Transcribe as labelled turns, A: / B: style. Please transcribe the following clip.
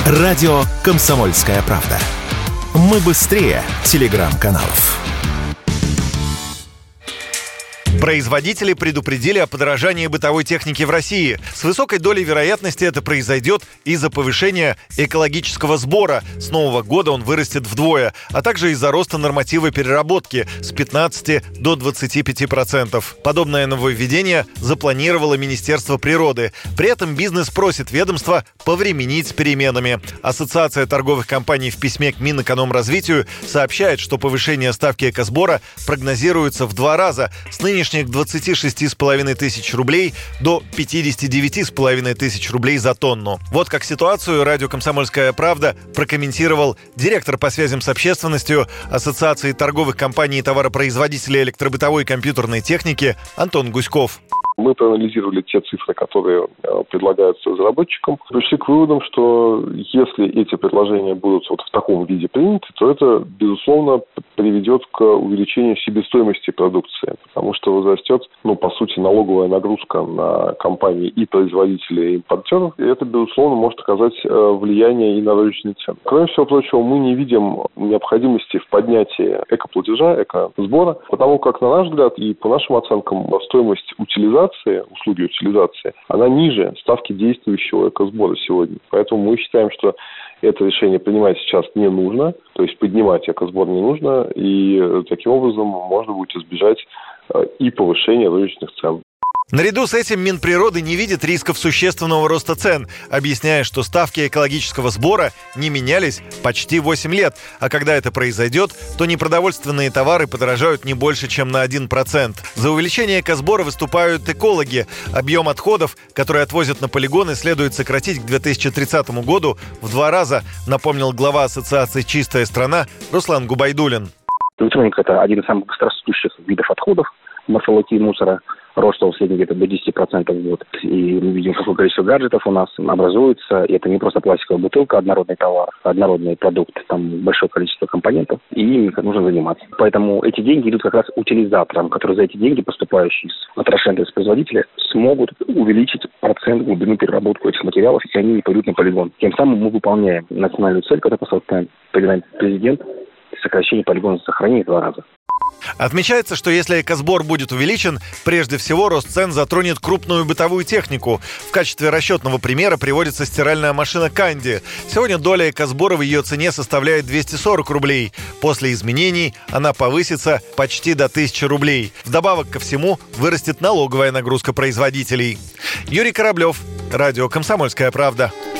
A: Радио «Комсомольская правда». Мы быстрее телеграм-каналов.
B: Производители предупредили о подорожании бытовой техники в России. С высокой долей вероятности это произойдет из-за повышения экологического сбора. С нового года он вырастет вдвое, а также из-за роста норматива переработки с 15 до 25%. Подобное нововведение запланировало Министерство природы. При этом бизнес просит ведомство повременить с переменами. Ассоциация торговых компаний в письме к Минэкономразвитию сообщает, что повышение ставки экосбора прогнозируется в 2 раза с нынешних 26,5 тысяч рублей до 59,5 тысяч рублей за тонну. Вот как ситуацию радио «Комсомольская правда» прокомментировал директор по связям с общественностью Ассоциации торговых компаний и товаропроизводителей электробытовой и компьютерной техники Антон Гуськов.
C: Мы проанализировали те цифры, которые предлагаются разработчикам, пришли к выводам, что если эти предложения будут вот в таком виде приняты, то это, безусловно, приведет к увеличению себестоимости продукции, потому что возрастет, по сути, налоговая нагрузка на компании и производителей, и импортеров, и это, безусловно, может оказать влияние и на розничные цены. Кроме всего прочего, мы не видим необходимости в поднятии экоплатежа, экосбора, потому как, на наш взгляд, и по нашим оценкам, стоимость услуги утилизации, она ниже ставки действующего экосбора сегодня. Поэтому мы считаем, что это решение принимать сейчас не нужно, то есть поднимать экосбор не нужно, и таким образом можно будет избежать и повышения розничных цен.
B: Наряду с этим Минприроды не видит рисков существенного роста цен, объясняя, что ставки экологического сбора не менялись почти 8 лет, а когда это произойдет, то непродовольственные товары подорожают не больше, чем на 1%. За увеличение экосбора выступают экологи. Объем отходов, которые отвозят на полигоны, следует сократить к 2030 году в 2 раза, напомнил глава ассоциации «Чистая страна» Руслан Губайдуллин.
D: Электроника – это один из самых быстрорастущих видов отходов, морфологии мусора. Рост в среднем где-то до 10% в год. И мы видим, какое количество гаджетов у нас образуется. И это не просто пластиковая бутылка, однородный товар, однородный продукт. Там большое количество компонентов, и ими нужно заниматься. Поэтому эти деньги идут как раз утилизаторам, которые за эти деньги, поступающие от расширенного производителя, смогут увеличить процент глубины переработки этих материалов, и они не пойдут на полигон. Тем самым мы выполняем национальную цель, которую поставил президент, сокращение полигона сохранения в 2 раза.
B: Отмечается, что если экосбор будет увеличен, прежде всего рост цен затронет крупную бытовую технику. В качестве расчетного примера приводится стиральная машина «Канди». Сегодня доля экосбора в ее цене составляет 240 рублей. После изменений она повысится почти до 1000 рублей. Вдобавок ко всему вырастет налоговая нагрузка производителей. Юрий Кораблев, радио «Комсомольская правда».